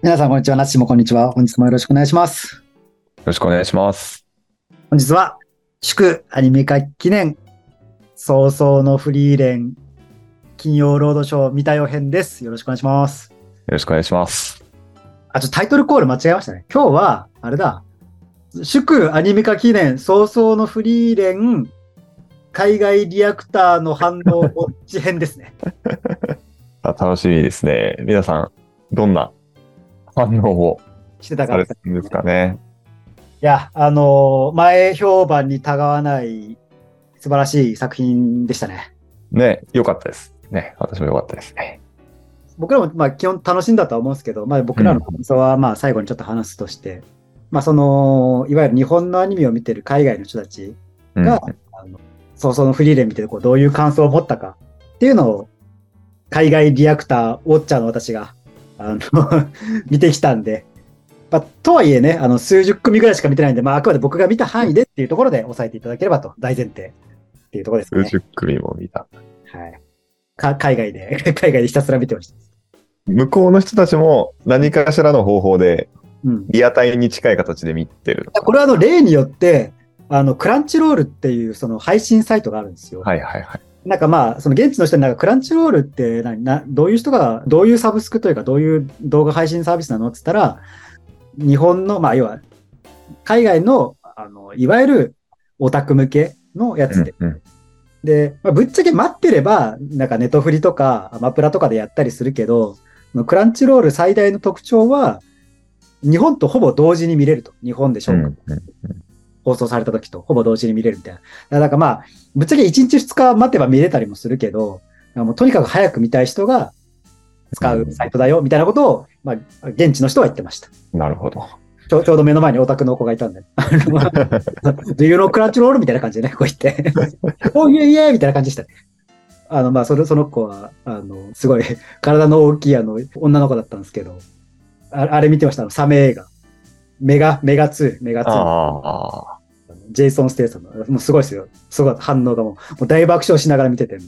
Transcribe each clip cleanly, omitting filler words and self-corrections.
皆さん、こんにちは。なっしもこんにちは。本日もよろしくお願いします。 よろしくお願いします。 本日は、祝アニメ化記念、早々のフリーレン、金曜ロードショー見たよ編です。よろしくお願いします。 よろしくお願いします。 ちょっとタイトルコール間違えましたね。今日は、あれだ、祝アニメ化記念、早々のフリーレン、海外リアクターの反応ウォッチ編ですね。 楽しみですね。皆さん、どんな反応をしてたかさらですね。 れてるんですかね。 いや、前評判にたがわない素晴らしい作品でしたね。 ね、良かったです。ね、私も良かったですね。 僕らも基本楽しんだとは思うんですけど、僕らの感想は最後にちょっと話すとして、いわゆる日本のアニメを見てる海外の人たちが、早々のフリーレン見てどういう感想を持ったかっていうのを、海外リアクター、ウォッチャーの私が、見てきたんで、とはいえね、数十組ぐらいしか見てないんで、あくまで僕が見た範囲でっていうところで押さえていただければと、大前提っていうところですね。 数十組も見た。 はい。海外でひたすら見てました。 向こうの人たちも何かしらの方法で、リアタイに近い形で見てる。 これは例によって、クランチロールっていうその配信サイトがあるんですよ。 はいはいはい。 その現地の人にクランチロールってどういう人が、どういうサブスクというか、どういう動画配信サービスなのって言ったら、日本の、要は、海外の、いわゆるオタク向けのやつで。で、ぶっちゃけ待ってれば、ネトフリとかアマプラとかでやったりするけど、クランチロール最大の特徴は、日本とほぼ同時に見れると。日本で放送された時とほぼ同時に見れるみたいな。ぶっちゃけ1日2日待てば見れたりもするけど、もうとにかく早く見たい人が使うサイトだよ、みたいなことを、現地の人は言ってました。 なるほど。 ちょうど目の前にオタクの子がいたんで。Do you know クランチロールみたいな感じでね、こう言って。おいえいえみたいな感じでしたね。その子は、すごい、体の大きい女の子だったんですけど、あれ見てました、サメ映画。メガ2。ジェイソン・ステイさんの、もうすごいですよ。すごい反応がもう大爆笑しながら見てて。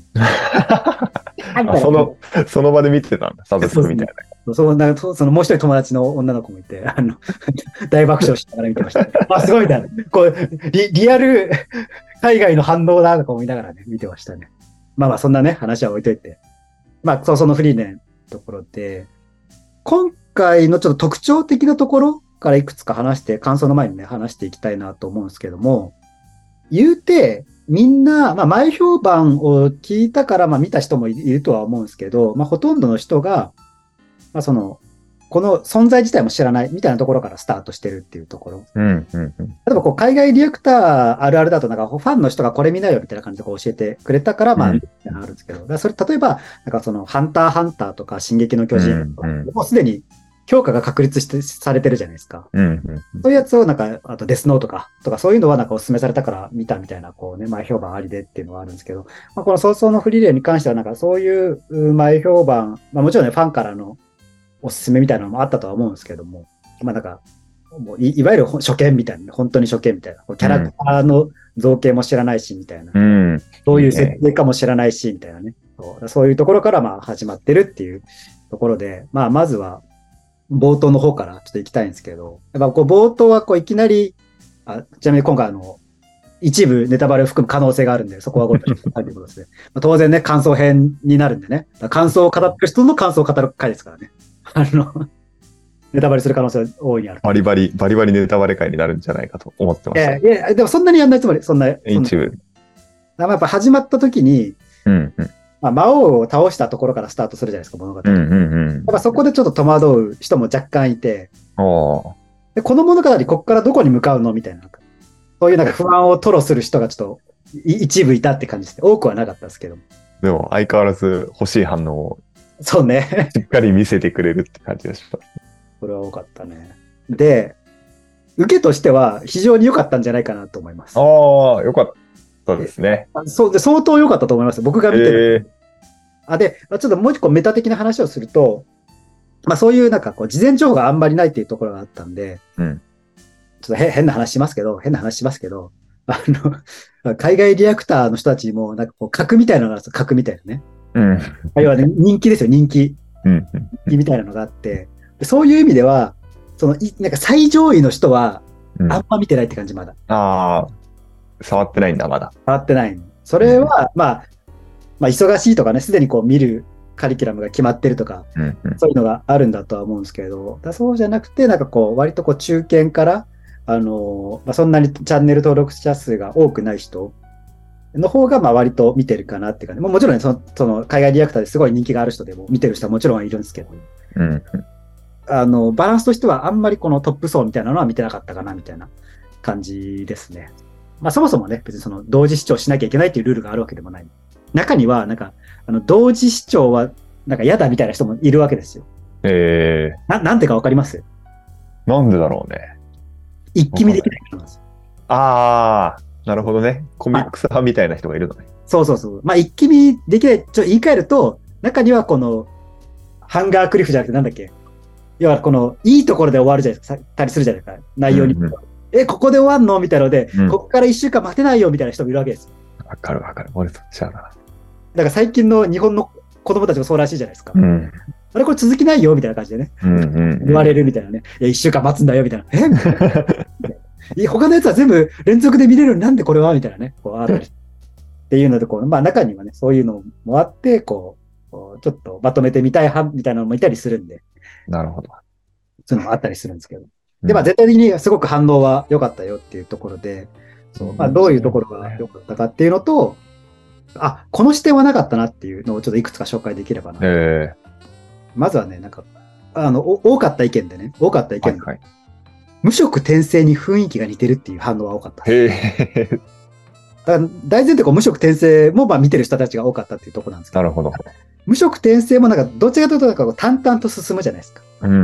その場で見てたんだ、サブスクみたいな。 そのもう一人友達の女の子もいて、大爆笑しながら見てました。すごいみたいな。こう、リアル海外の反応だとか思いながらね、見てましたね。そんなね、話は置いといて。そのフリーのところで、今回のちょっと特徴的なところからいくつか話して、感想の前にね、話していきたいなと思うんですけども、言うて、みんな、前評判を聞いたから、見た人もいるとは思うんですけど、ほとんどの人が、この存在自体も知らないみたいなところからスタートしてるっていうところ。例えば海外リアクターあるあるだとファンの人がこれ見なよみたいな感じで教えてくれたから、あるんですけど、それ例えば、ハンターハンターとか進撃の巨人とか、もうすでに評価が確立されてるじゃないですか。そういうやつをあとデスノートとかそういうのはお勧めされたから見たみたいな、前評判ありでっていうのはあるんですけど、この早々のフリーレンに関してはそういう前評判、もちろんね、ファンからのおすすめみたいなのもあったとは思うんですけども、もういわゆる初見みたいな、本当に初見みたいな、キャラクターの造形も知らないし、みたいな、どういう設定かも知らないし、みたいなね、そういうところから始まってるっていうところで、まずは冒頭の方からちょっと行きたいんですけど、冒頭はいきなり、ちなみに今回一部ネタバレを含む可能性があるんで、そこはご了承くださいということですね。当然ね、感想編になるんでね、感想を語ってる人の感想を語る回ですからね。ネタバレする可能性は大いにある。 バリバリネタバレ会になるんじゃないかと思ってました。 いや、でもそんなにやんないつもり、そんな。 一部。 やっぱ始まった時に、魔王を倒したところからスタートするじゃないですか、物語。やっぱそこでちょっと戸惑う人も若干いて、でこの物語、ここからどこに向かうのみたいな。そういう不安を吐露する人がちょっと一部いたって感じですね。多くはなかったですけど。 でも相変わらず欲しい反応をそうね。 しっかり見せてくれるって感じでした。 これは多かったね。で、受けとしては非常に良かったんじゃないかなと思います。 良かったですね。 相当良かったと思います。僕が見てる。で、ちょっともう一個メタ的な話をすると、そういう事前情報があんまりないっていうところがあったんで、ちょっと変な話しますけど、海外リアクターの人たちにも、格みたいなのがあるんですよ。格みたいなね。要はね、人気ですよ、人気。人気みたいなのがあって、 そういう意味では、なんか最上位の人は、あんま見てないって感じ、まだ。 ああ、触ってないんだ、まだ。 触ってない。それは、まあ、忙しいとかね、すでにこう見るカリキュラムが決まってるとか、そういうのがあるんだとは思うんですけど、そうじゃなくて、なんかこう、割とこう中堅から、そんなにチャンネル登録者数が多くない人の方が、割と見てるかなっていうかね。もちろんね、その海外リアクターですごい人気がある人でも見てる人はもちろんいるんですけど、バランスとしてはあんまりこのトップ層みたいなのは見てなかったかなみたいな感じですね。そもそもね、別にその同時視聴しなきゃいけないっていうルールがあるわけでもない。中には、なんか、同時視聴は、なんか嫌だみたいな人もいるわけですよ。なんでかわかります？ なんでだろうね。 一気見できないからなんですよ。 ああ、なるほどね。コミックス派みたいな人がいるのね。 そう。一気見できない、言い換えると、中にはこの、ハンガークリフじゃなくてなんだっけ？要はこの、いいところで終わるじゃないですか、たりするじゃないですか、内容に。ここで終わんのみたいなので、ここから1週間待てないよみたいな人もいるわけですよ。 わかる。俺としゃあな。 だから最近の日本の子供たちもそうらしいじゃないですか。あれこれ続きないよみたいな感じでね。言われるみたいなね。1週間待つんだよみたいな。みたいな。他のやつは全部連続で見れるなんでこれはみたいなね。こうあったりっていうので、中にはね、そういうのもあって、ちょっとまとめてみたい派みたいなのもいたりするんで。 なるほど。 そういうのもあったりするんですけど。で、絶対的にすごく反応は良かったよっていうところで、どういうところが良かったかっていうのと、この視点はなかったなっていうのをちょっといくつか紹介できればな。まずはね、なんか、多かった意見で、無色転生に雰囲気が似てるっていう反応は多かった。だから大前提無色転生も見てる人たちが多かったっていうところなんですけど。 なるほど。 無色転生もなんかどちらかというと淡々と進むじゃないですか。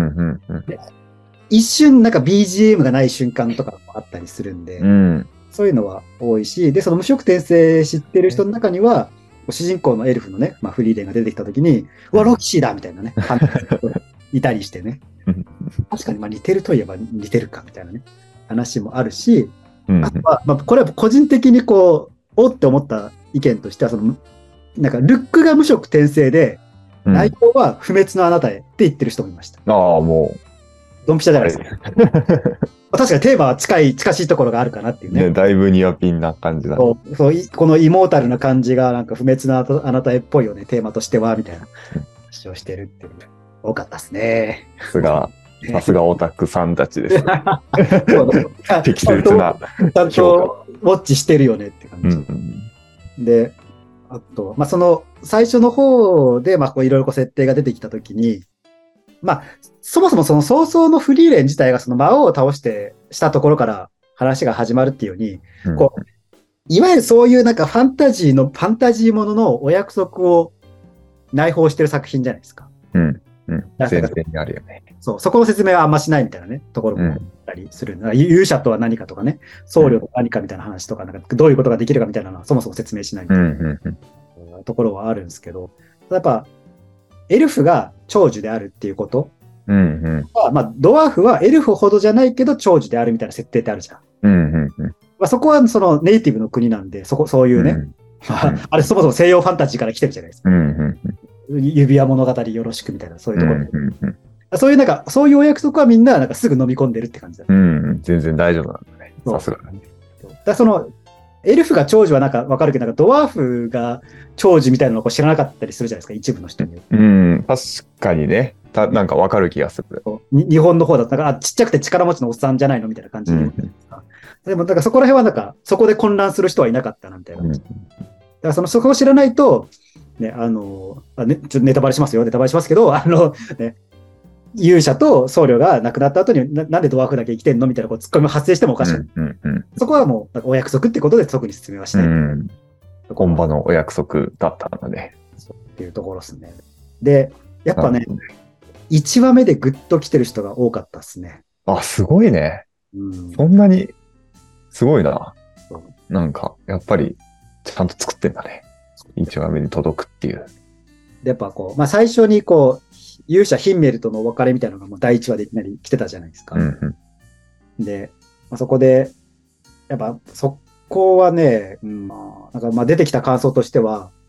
一瞬なんか BGM がない瞬間とかもあったりするんで、そういうのは多いし、で、その無色転生知ってる人の中には、主人公のエルフのね、フリーレンが出てきたときに、ロキシーだみたいなね、いたりしてね。確かに似てるといえば似てるかみたいなね、話もあるし、あとは、これは個人的におって思った意見としては、なんかルックが無色転生で、内容は不滅のあなたへって言ってる人もいました。 もう。 ドンピシャじゃないですか。確かにテーマは近しいところがあるかなっていうね。 だいぶニアピンな感じだね。 このイモータルな感じがなんか不滅のあなたへっぽいよね、テーマとしては、みたいな話をしてるっていう。多かったですね。 さすがオタクさんたちですね。適切な。 ちゃんとウォッチしてるよねって感じ。で、あと、その最初の方で、いろいろ設定が出てきたときに、そもそもその早々のフリーレン自体がその魔王を倒したところから話が始まるっていうように、いわゆるそういうなんかファンタジーもののお約束を内包してる作品じゃないですか。 全然にあるよね。 そこの説明はあんましないみたいなね、ところもあったりする。勇者とは何かとかね、僧侶とは何かみたいな話とか、なんかどういうことができるかみたいなのはそもそも説明しないみたいなところはあるんですけど、やっぱ、エルフが長寿であるっていうことは、ドワーフはエルフほどじゃないけど長寿であるみたいな設定ってあるじゃん。そこはそのネイティブの国なんで、そういうね、あれそもそも西洋ファンタジーから来てるじゃないですか。指輪物語よろしくみたいな、そういうところ。そういうお約束はみんななんかすぐ飲み込んでるって感じだ。 全然大丈夫なんだね。さすがだね。 エルフが長寿はなんかわかるけど、なんかドワーフが長寿みたいなのを知らなかったりするじゃないですか、一部の人に。 確かにね。なんかわかる気がする。 日本の方だと、なんかちっちゃくて力持ちのおっさんじゃないのみたいな感じで。でも、なんかそこら辺はなんか、そこで混乱する人はいなかったな、みたいな。だからそこを知らないと、ね、ちょっとネタバレしますけど、勇者と僧侶が亡くなった後になんでドワーフだけ生きてんのみたいなツッコミも発生してもおかしい。そこはもうお約束ってことで特に説明はしない。 本場のお約束だったので。 っていうところですね。で、やっぱね、1話目でグッと来てる人が多かったですね。 すごいね。そんなに、すごいな。なんか、やっぱり、ちゃんと作ってんだね。1話目に届くっていう。 で、やっぱ最初に勇者ヒンメルとのお別れみたいなのがもう第1話でいきなり来てたじゃないですか。で、そこで、やっぱそこはね、なんか出てきた感想としては、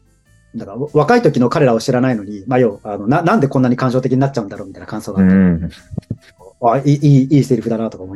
だから若い時の彼らを知らないのに、まあ要なんでこんなに感情的になっちゃうんだろうみたいな感想があって、いいセリフだなとか思って。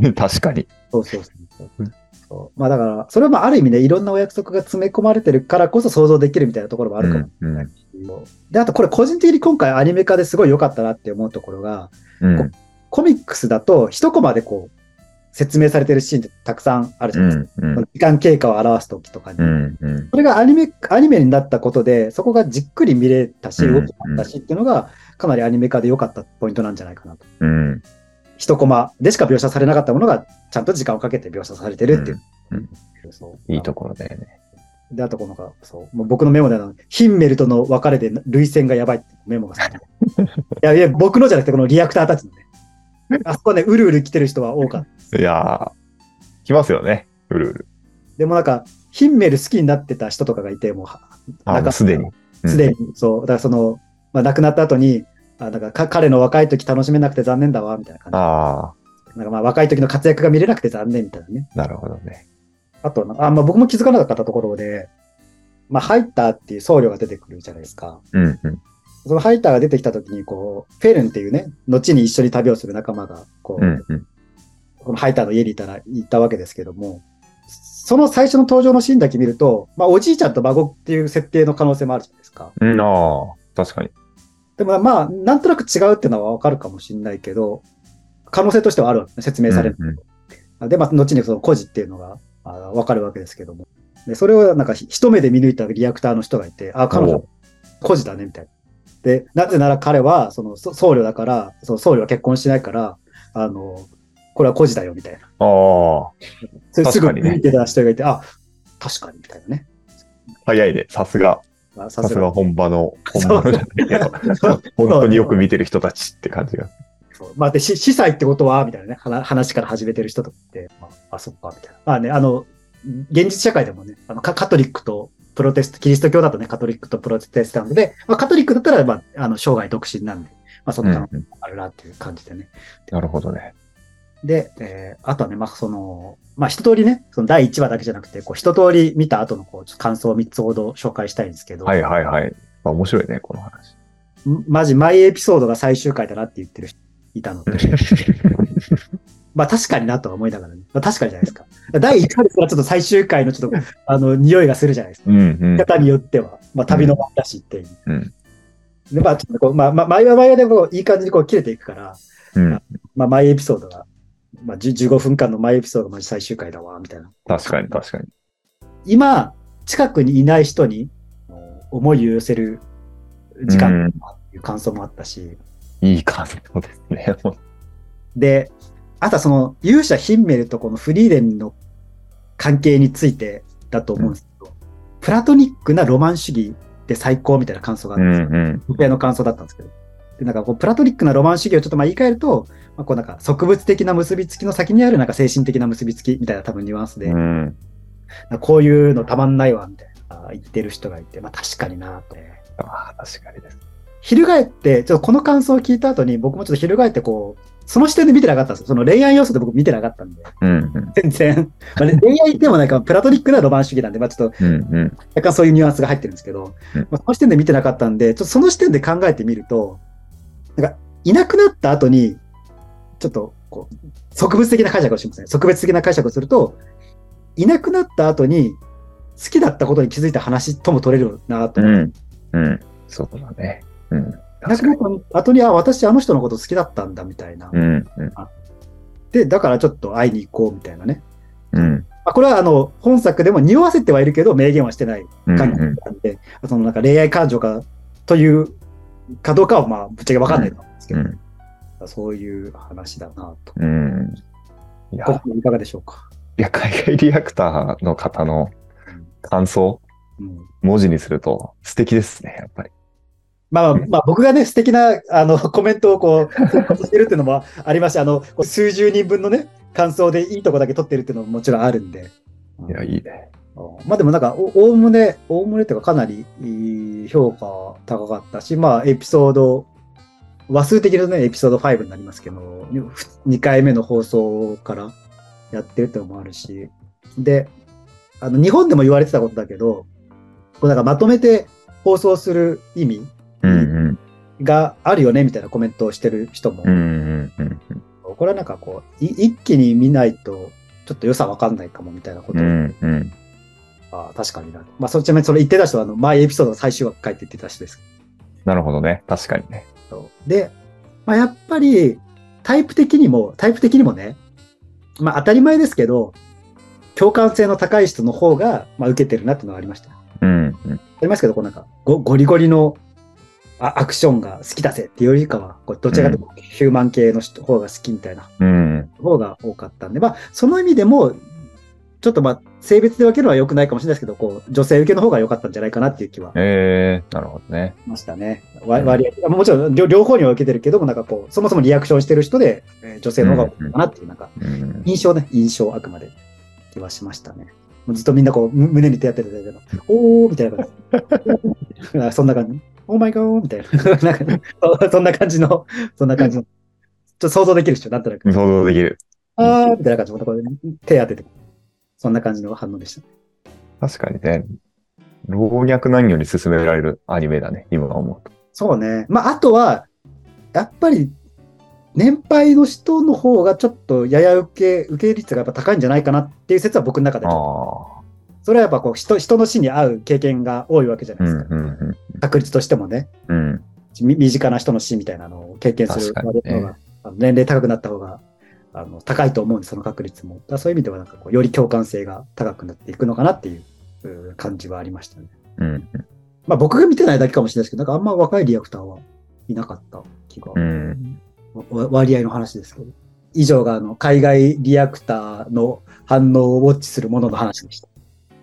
確かに。 そうそうそう。まあだから、それはまあある意味ね、いろんなお約束が詰め込まれてるからこそ想像できるみたいなところもあるかもしれない。で、あとこれ個人的に今回アニメ化ですごい良かったなって思うところが、コミックスだと一コマでこう、説明されてるシーンってたくさんあるじゃないですか。時間経過を表すときとかに。それがアニメになったことで、そこがじっくり見れたし、動きだったしっていうのが、かなりアニメ化で良かったポイントなんじゃないかなと。一コマでしか描写されなかったものが、ちゃんと時間をかけて描写されてるっていう。 いいところだよね。 で、あとこのもう僕のメモでヒンメルとの別れで涙腺がやばいってメモがいや、僕のじゃなくてこのリアクターたちのね。あそこね、うるうる来てる人は多かった。 いやー、来ますよね、うるうる。 でもなんか、ヒンメル好きになってた人とかがいて、もう、 すでに。 すでに、そう。だからまあ、亡くなった後に、なんか彼の若い時楽しめなくて残念だわ、みたいな感じ。なんかまあ若い時の活躍が見れなくて残念みたいなね。 なるほどね。 あと、まあ僕も気づかなかったところで、まあハイターっていう僧侶が出てくるじゃないですか。そのハイターが出てきた時に、こう、フェルンっていうね、後に一緒に旅をする仲間が、このハイターの家にいたわけですけども、その最初の登場のシーンだけ見ると、まあおじいちゃんと孫っていう設定の可能性もあるじゃないですか。 確かに。 でもまあ、なんとなく違うっていうのはわかるかもしれないけど、可能性としてはあるわけね、説明される。で、まあ、後にその孤児っていうのがわかるわけですけども。で、それをなんか一目で見抜いたリアクターの人がいて、彼女、孤児だね、みたいな。で、なぜなら彼は、その僧侶だから、その僧侶は結婚しないから、これは孤児だよ、みたいな。すぐ見てた人がいて、確かに、みたいなね。 早いね、さすが本場のじゃないけど、本当によく見てる人たちって感じが。 まあ、で、司祭ってことはみたいなね、話から始めてる人とかって、そっか、みたいな。現実社会でもね、カトリックとプロテスト、キリスト教だとね、カトリックとプロテスタントで、カトリックだったら、生涯独身なんで、その可能性あるなっていう感じでね。 なるほどね。 で、あとはね、一通りね、その第1話だけじゃなくて、一通り見た後の感想を3つほど紹介したいんですけど。 はい。面白いね、この話。 マジ、毎エピソードが最終回だなって言ってる人いたので。確かになとは思いながらね。確かにじゃないですか。第1話ですらちょっと最終回のちょっと、匂いがするじゃないですか。方によっては。旅の終わりだしっていう。で、ちょっと毎話でいい感じに切れていくから、毎エピソードが、15分間の毎エピソードが最終回だわ、みたいな。 確かに。 今、近くにいない人に思いを寄せる時間っていう感想もあったし。 いい感想ですね。 で、あとは勇者ヒンメルとこのフリーレンの関係についてだと思うんですけど、プラトニックなロマン主義で最高みたいな感想があるんですよ。僕の感想だったんですけど。で、なんかプラトニックなロマン主義をちょっと言い換えると、なんか植物的な結びつきの先にあるなんか精神的な結びつきみたいな多分ニュアンスで、こういうのたまんないわ、みたいな言ってる人がいて、確かになと。 確かにです。 翻って、ちょっとこの感想を聞いた後に僕もちょっと翻ってその視点で見てなかったんですよ。その恋愛要素で僕見てなかったんで。全然。恋愛でもなんかプラトニックなロマン主義なんで、ちょっと、若干そういうニュアンスが入ってるんですけど、その視点で見てなかったんで、ちょっとその視点で考えてみると、なんか、いなくなった後に、ちょっと、植物的な解釈をしますね。植物的な解釈をすると、いなくなった後に、好きだったことに気づいた話とも取れるなと。 そうだね。 亡くなった後に、私あの人のこと好きだったんだみたいな。で、だからちょっと会いに行こうみたいなね。これは本作でも匂わせてはいるけど明言はしてない感じなんで、なんか恋愛感情というかどうかはぶっちゃけ分かんないと思うんですけど、そういう話だなと。いかがでしょうか。 いや、海外リアクターの方の感想、文字にすると素敵ですね、やっぱり。 僕がね、素敵な、コメントをしてるっていうのもありますし、数十人分のね、感想でいいとこだけ取ってるっていうのももちろんあるんで。 いや、いいね。 でもなんか、おおむねっていうかかなり評価高かったし、エピソード、話数的なね、エピソード5になりますけど、2回目の放送からやってるっていうのもあるし、で、日本でも言われてたことだけど、なんかまとめて放送する意味があるよねみたいなコメントをしてる人も、これはなんかこう一気に見ないとちょっと良さわかんないかもみたいなことを、確かにな。まあちなみにそれ言ってた人は前エピソードの最終話書いて言ってた人です。 なるほどね。確かにね。 で、まあ、やっぱりタイプ的にもね、まあ当たり前ですけど、共感性の高い人の方が、まあ、受けてるなっていうのはありました。ありますけど、こうなんかゴリゴリのアクションが好きだぜっていうよりかは、どちらかというとヒューマン系の方が好きみたいな方が多かったんで、まあその意味でも、ちょっとまあ性別で分けるのは良くないかもしれないですけど、こう女性受けの方が良かったんじゃないかなっていう気は。 なるほどね。 ましたね。割合、もちろん両方には受けてるけども、なんかこう、そもそもリアクションしてる人で、女性の方が多いかなっていう、なんか、印象あくまで気はしましたね。もうずっとみんなこう、胸に手当ててたけど、おーみたいな感じ。そんな感じ。オーマイガーみたいな。そんな感じの、ちょっと想像できるでしょ、なんとなく。 想像できる。 あーみたいな感じで、手当てて。そんな感じの反応でした。 確かにね。老若男女に勧められるアニメだね、今思うと。 そうね。まあ、あとは、やっぱり、年配の人の方がちょっとやや受け率がやっぱ高いんじゃないかなっていう説は僕の中で。それはやっぱこう人の死に遭う経験が多いわけじゃないですか。確率としてもね。身近な人の死みたいなのを経験するのが、年齢高くなった方が高いと思うんで、その確率も。そういう意味ではなんかこうより共感性が高くなっていくのかなっていう感じはありましたね。まあ僕が見てないだけかもしれないですけど、なんかあんま若いリアクターはいなかった気が。割合の話ですけど。以上が海外リアクターの反応をウォッチするものの話でした。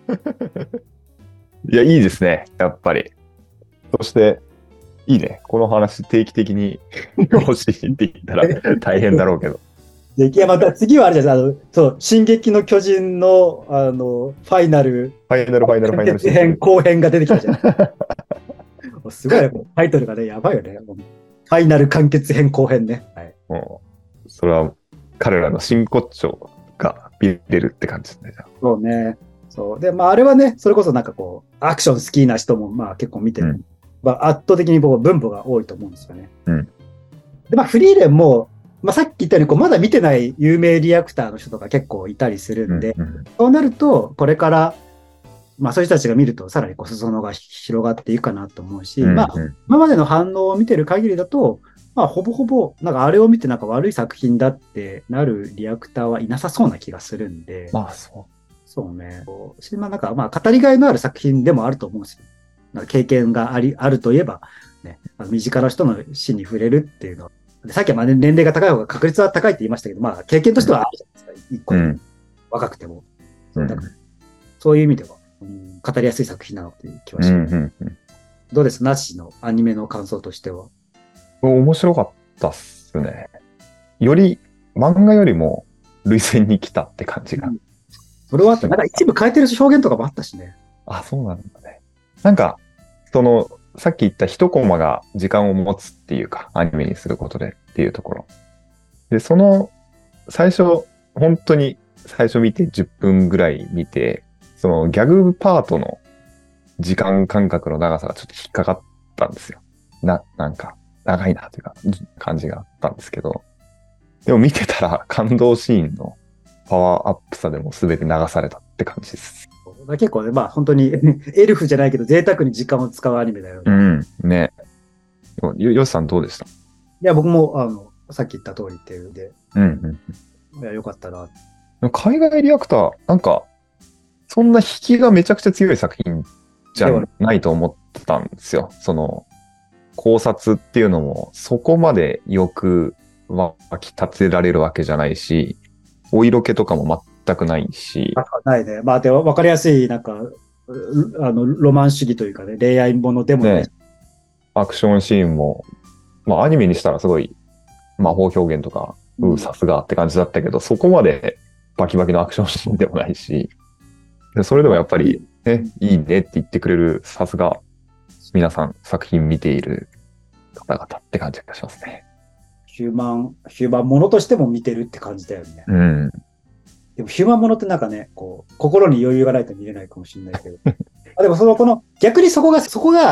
いや、いいですね、やっぱり。そして、いいね。この話定期的に欲しいって言ったら大変だろうけど。 いや、また次はあれじゃないですか。そう、進撃の巨人の、ファイナル編後編が出てきたじゃん。すごいね、タイトルがね、やばいよね。ファイナル完結編後編ね。はい。 それは彼らの真骨頂が見れるって感じですね。 そうね。そう。で、まあ、あれはね、それこそなんかこう、アクション好きな人も、まあ結構見てる。まあ、圧倒的に分母が多いと思うんですよね。で、まあ、フリーレンも、まあ、さっき言ったように、こう、まだ見てない有名リアクターの人とか結構いたりするんで、そうなると、これから、まあ、そういう人たちが見ると、さらにこう、裾野が広がっていくかなと思うし、まあ、今までの反応を見てる限りだと、まあ、ほぼほぼ、なんかあれを見てなんか悪い作品だってなるリアクターはいなさそうな気がするんで。 まあ、そうね。まあ、なんか、まあ、語りがいのある作品でもあると思うんですよ。なんか経験があるといえば、ね、身近な人の死に触れるっていうのは、さっきはまあ年齢が高い方が確率は高いって言いましたけど、まあ、経験としてはあるじゃないですか。一個、若くても。そういう意味では、語りやすい作品なのっていう気はします。どうですナッシーのアニメの感想としては。 面白かったっすね。より、漫画よりも類線に来たって感じが。 それはあった。なんか一部変えてる表現とかもあったしね。 あ、そうなんだね。なんか、さっき言った一コマが時間を持つっていうか、アニメにすることでっていうところ。で、最初、本当に最初見て10分ぐらい見て、そのギャグパートの時間感覚の長さがちょっと引っかかったんですよ。なんか、長いなというか、感じがあったんですけど、でも見てたら感動シーンのパワーアップさでも全て流されたって感じです。 結構ね、まあ本当にエルフじゃないけど贅沢に時間を使うアニメだよね。ね。よしさんどうでした？いや、僕も、さっき言った通りっていうで。いや、よかったな。 海外リアクター、なんか、そんな引きがめちゃくちゃ強い作品じゃないと思ってたんですよ。考察っていうのも、そこまでよく湧き立てられるわけじゃないし、お色気とかも全くないし。 ないね。まあ、でわかりやすい、なんか、ロマン主義というかね、恋愛ものでもない。 アクションシーンも、まあ、アニメにしたらすごい魔法表現とか、さすがって感じだったけど、そこまでバキバキのアクションシーンでもないし、それでもやっぱり、ね、いいねって言ってくれる、さすが、皆さん作品見ている方々って感じがしますね。 ヒューマンものとしても見てるって感じだよね。でもヒューマンものってなんかね、こう、心に余裕がないと見れないかもしれないけど。でも逆にそこが、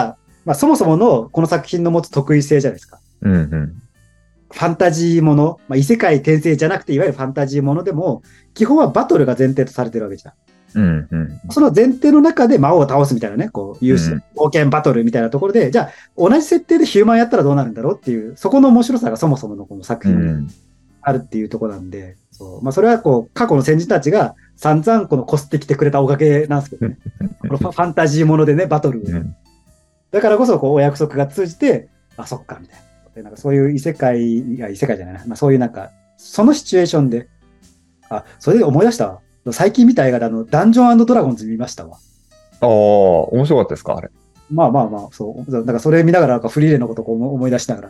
まあそもそものこの作品の持つ得意性じゃないですか。 うんうんファンタジーもの、まあ、異世界転生じゃなくて、いわゆるファンタジーものでも、基本はバトルが前提とされてるわけじゃん。 うんうんその前提の中で魔王を倒すみたいなね、こういううん冒険バトルみたいなところで、じゃあ同じ設定でヒューマンやったらどうなるんだろうっていう、そこの面白さがそもそものこの作品にあるっていうところなんで、そうまあ、それはこう過去の先人たちが散々このこすってきてくれたおかげなんですけどね。このファンタジーものでね、バトルを。だからこそこうお約束が通じて、あ、そっか、みたいな。でなんかそういう異世界じゃないな。まあ、そういうなんか、そのシチュエーションで、あ、それで思い出したわ。最近見た映画でダンジョンドラゴンズ見ましたわ。 ああ、面白かったですかあれ。 まあまあまあ、そう。だからそれ見ながらなんかフリーレンのことをこう思い出しながら。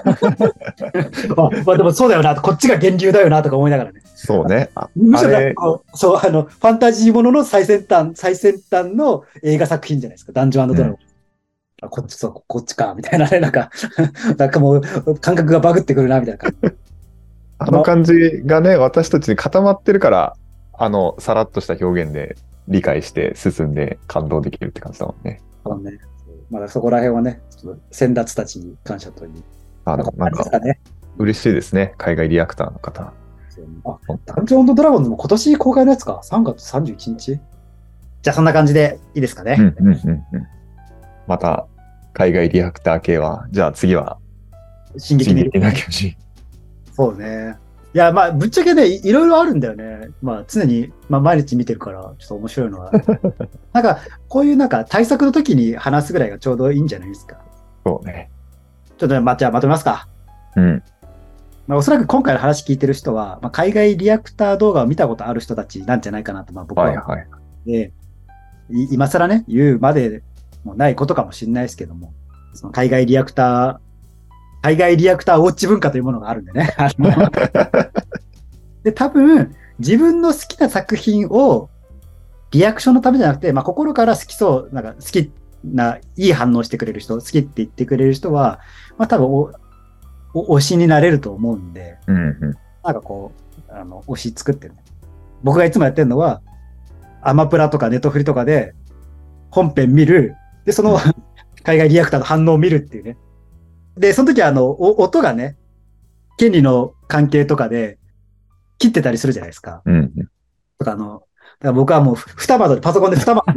まあでもそうだよな、こっちが源流だよなとか思いながらね。 そうね。 むしろなんかそう、ファンタジーものの最先端の映画作品じゃないですか、ダンジョンドラゴンズ。あ、こっち、そう、こっちか、みたいなね、なんかもう、感覚がバグってくるな、みたいな感じ。 あの感じがね、私たちに固まってるから、さらっとした表現で理解して進んで感動できるって感じだもんね。 そうね。まだそこら辺はね、ちょっと先達たちに感謝という。 なんか、嬉しいですね。海外リアクターの方。 あ、ダンジョンドラゴンズも今年公開のやつか。3月31日。じゃあそんな感じでいいですかね。 また、海外リアクター系は、じゃあ次は、 進撃の巨人。 そうね。いや、まあ、ぶっちゃけね、いろいろあるんだよね。まあ、常に、まあ、毎日見てるから、ちょっと面白いのは。なんか、こういうなんか対策の時に話すぐらいがちょうどいいんじゃないですか。 そうね。 ちょっとね、じゃあまとめますか。まあ、おそらく今回の話聞いてる人は、まあ、海外リアクター動画を見たことある人たちなんじゃないかなと、まあ、僕は。で、今更ね、言うまでもないことかもしれないですけども、その海外リアクターウォッチ文化というものがあるんでね。で、多分、自分の好きな作品をリアクションのためじゃなくて、まあ、心から好きそう、なんか好きな、いい反応してくれる人、好きって言ってくれる人は、まあ、多分推しになれると思うんで、なんかこう、推し作ってる。僕がいつもやってるのは、アマプラとかネットフリとかで本編見る。で、その海外リアクターの反応を見るっていうね。で、その時は音がね、権利の関係とかで切ってたりするじゃないですか。とかだから僕はもうパソコンで二窓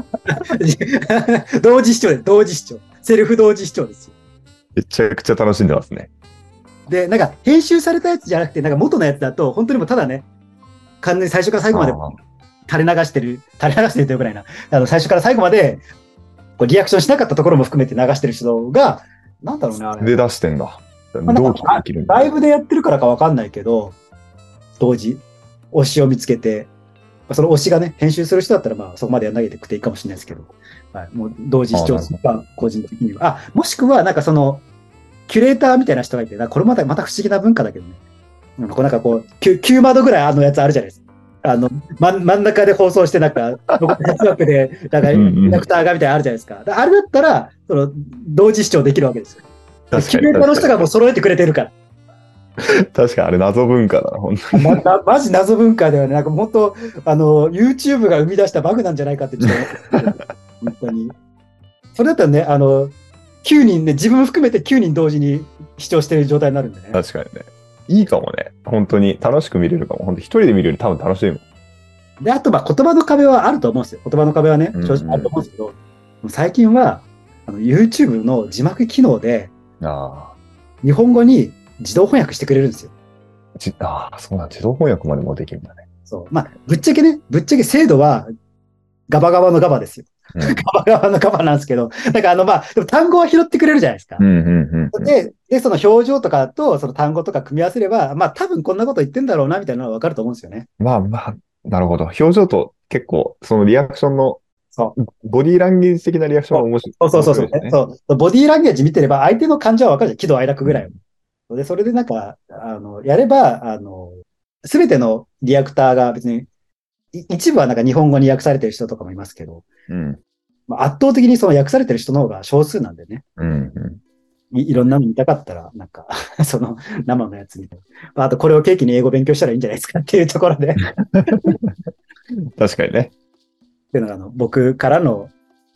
で同時視聴。セルフ同時視聴ですよ。 めちゃくちゃ楽しんでますね。 で、なんか編集されたやつじゃなくて、なんか元のやつだと、本当にもうただね、完全に最初から最後まで垂れ流してるというくらいな、最初から最後までこうリアクションしなかったところも含めて流してる人が、なんだろうね、あれ。 で出してんだ。 同期できるんだ。ライブでやってるからかわかんないけど、同時、推しを見つけて、その推しがね、編集する人だったら、まあ、そこまでやんなきゃくていいかもしれないですけど、はい、もう同時視聴するか、個人的には。もしくは、なんかその、キュレーターみたいな人がいて、これまた不思議な文化だけどね。なんかこう、9窓ぐらいやつあるじゃないですか。真ん中で放送して、なんか、哲学で、なんか、ディレクターがみたいなのあるじゃないですか。あれだったら、同時視聴できるわけですよ。キュレーターの人がもう揃えてくれてるから。 確かにあれ謎文化だな、本当に。 マジ謎文化だよね。なんか本当、YouTube が生み出したバグなんじゃないかってちょっと思って。本当に。それだったらね、9人ね、自分含めて9人同時に視聴してる状態になるんでね。 確かにね。いいかもね。本当に楽しく見れるかも。本当一人で見るより多分楽しいもん。 で、あと、まあ、言葉の壁はあると思うんですよ。言葉の壁はね、正直あると思うんですけど、最近は、YouTube の字幕機能で、日本語に自動翻訳してくれるんですよ。 そうなん、自動翻訳までもできるんだね。 そう。まあ、ぶっちゃけ精度は、ガバガバのガバですよ。ガバガバのガバなんですけど、なんかまあ、でも単語は拾ってくれるじゃないですか。で、その表情とかと、その単語とか組み合わせれば、まあ、多分こんなこと言ってんだろうな、みたいなのはわかると思うんですよね。 まあ、なるほど。表情と結構、そのリアクションの、ボディーランゲージ的なリアクションは面白い。 そう。ボディーランゲージ見てれば、相手の感情はわかるじゃん。喜怒哀楽ぐらい。で、それでなんか、やれば、すべてのリアクターが別に、一部はなんか日本語に訳されてる人とかもいますけど、まあ、圧倒的にその訳されてる人の方が少数なんでね。いろんなの見たかったら、なんか、その生のやつみたいな。あと、これを契機に英語勉強したらいいんじゃないですかっていうところで。 確かにね。 っていうのが、僕からの、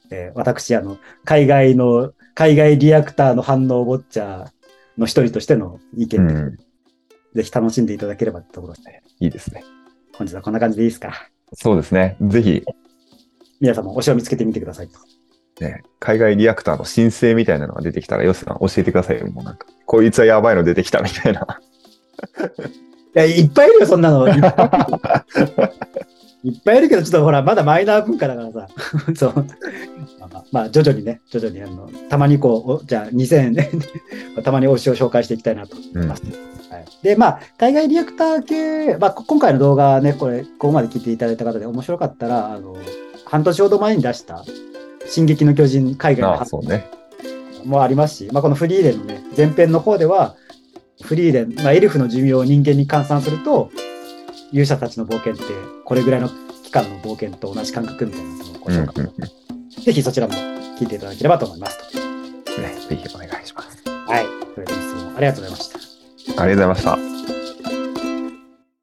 私、海外リアクターの反応ウォッチャーの一人としての意見で、ぜひ楽しんでいただければってところですね。 いいですね。 本日はこんな感じでいいですか？ そうですね。ぜひ、 皆さんも推しを見つけてみてくださいと。 ね、海外リアクターの申請みたいなのが出てきたら、ヨスさん教えてくださいよ。もうなんか、こいつはやばいの出てきたみたいな。 いや、いっぱいいるよ、そんなの。いっぱいいるけど、ちょっとほら、まだマイナー文化だからさ。そう。まあ、徐々にたまにじゃあ2000たまに推しを紹介していきたいなと思います。はい、で、まあ、海外リアクター系、まあ、今回の動画ね、ここまで聞いていただいた方で面白かったら、半年ほど前に出した、進撃の巨人海外のそうね。 もありますし、まあ、このフリーレンのね、前編の方では、フリーレン、まあ、エルフの寿命を人間に換算すると、勇者たちの冒険って、これぐらいの期間の冒険と同じ感覚みたいなのをご紹介。ぜひそちらも聞いていただければと思いますと。 ね、ぜひお願いします。 はい。それでは、いつもありがとうございました。 ありがとうございました。